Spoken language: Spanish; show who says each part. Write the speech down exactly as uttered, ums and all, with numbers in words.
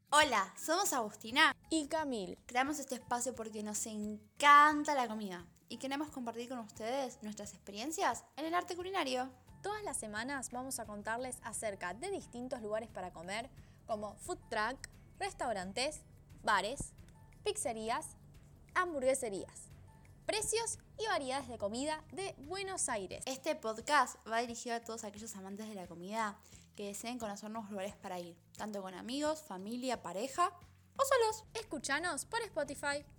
Speaker 1: Hola, somos Agustina
Speaker 2: y Camil.
Speaker 1: Creamos este espacio porque nos encanta la comida y queremos compartir con ustedes nuestras experiencias en el arte culinario.
Speaker 2: Todas las semanas vamos a contarles acerca de distintos lugares para comer, como food truck, restaurantes, bares, pizzerías, hamburgueserías, precios y variedades de comida de Buenos Aires.
Speaker 1: Este podcast va dirigido a todos aquellos amantes de la comida que deseen conocer nuevos lugares para ir, tanto con amigos, familia, pareja o solos.
Speaker 2: Escúchanos por Spotify.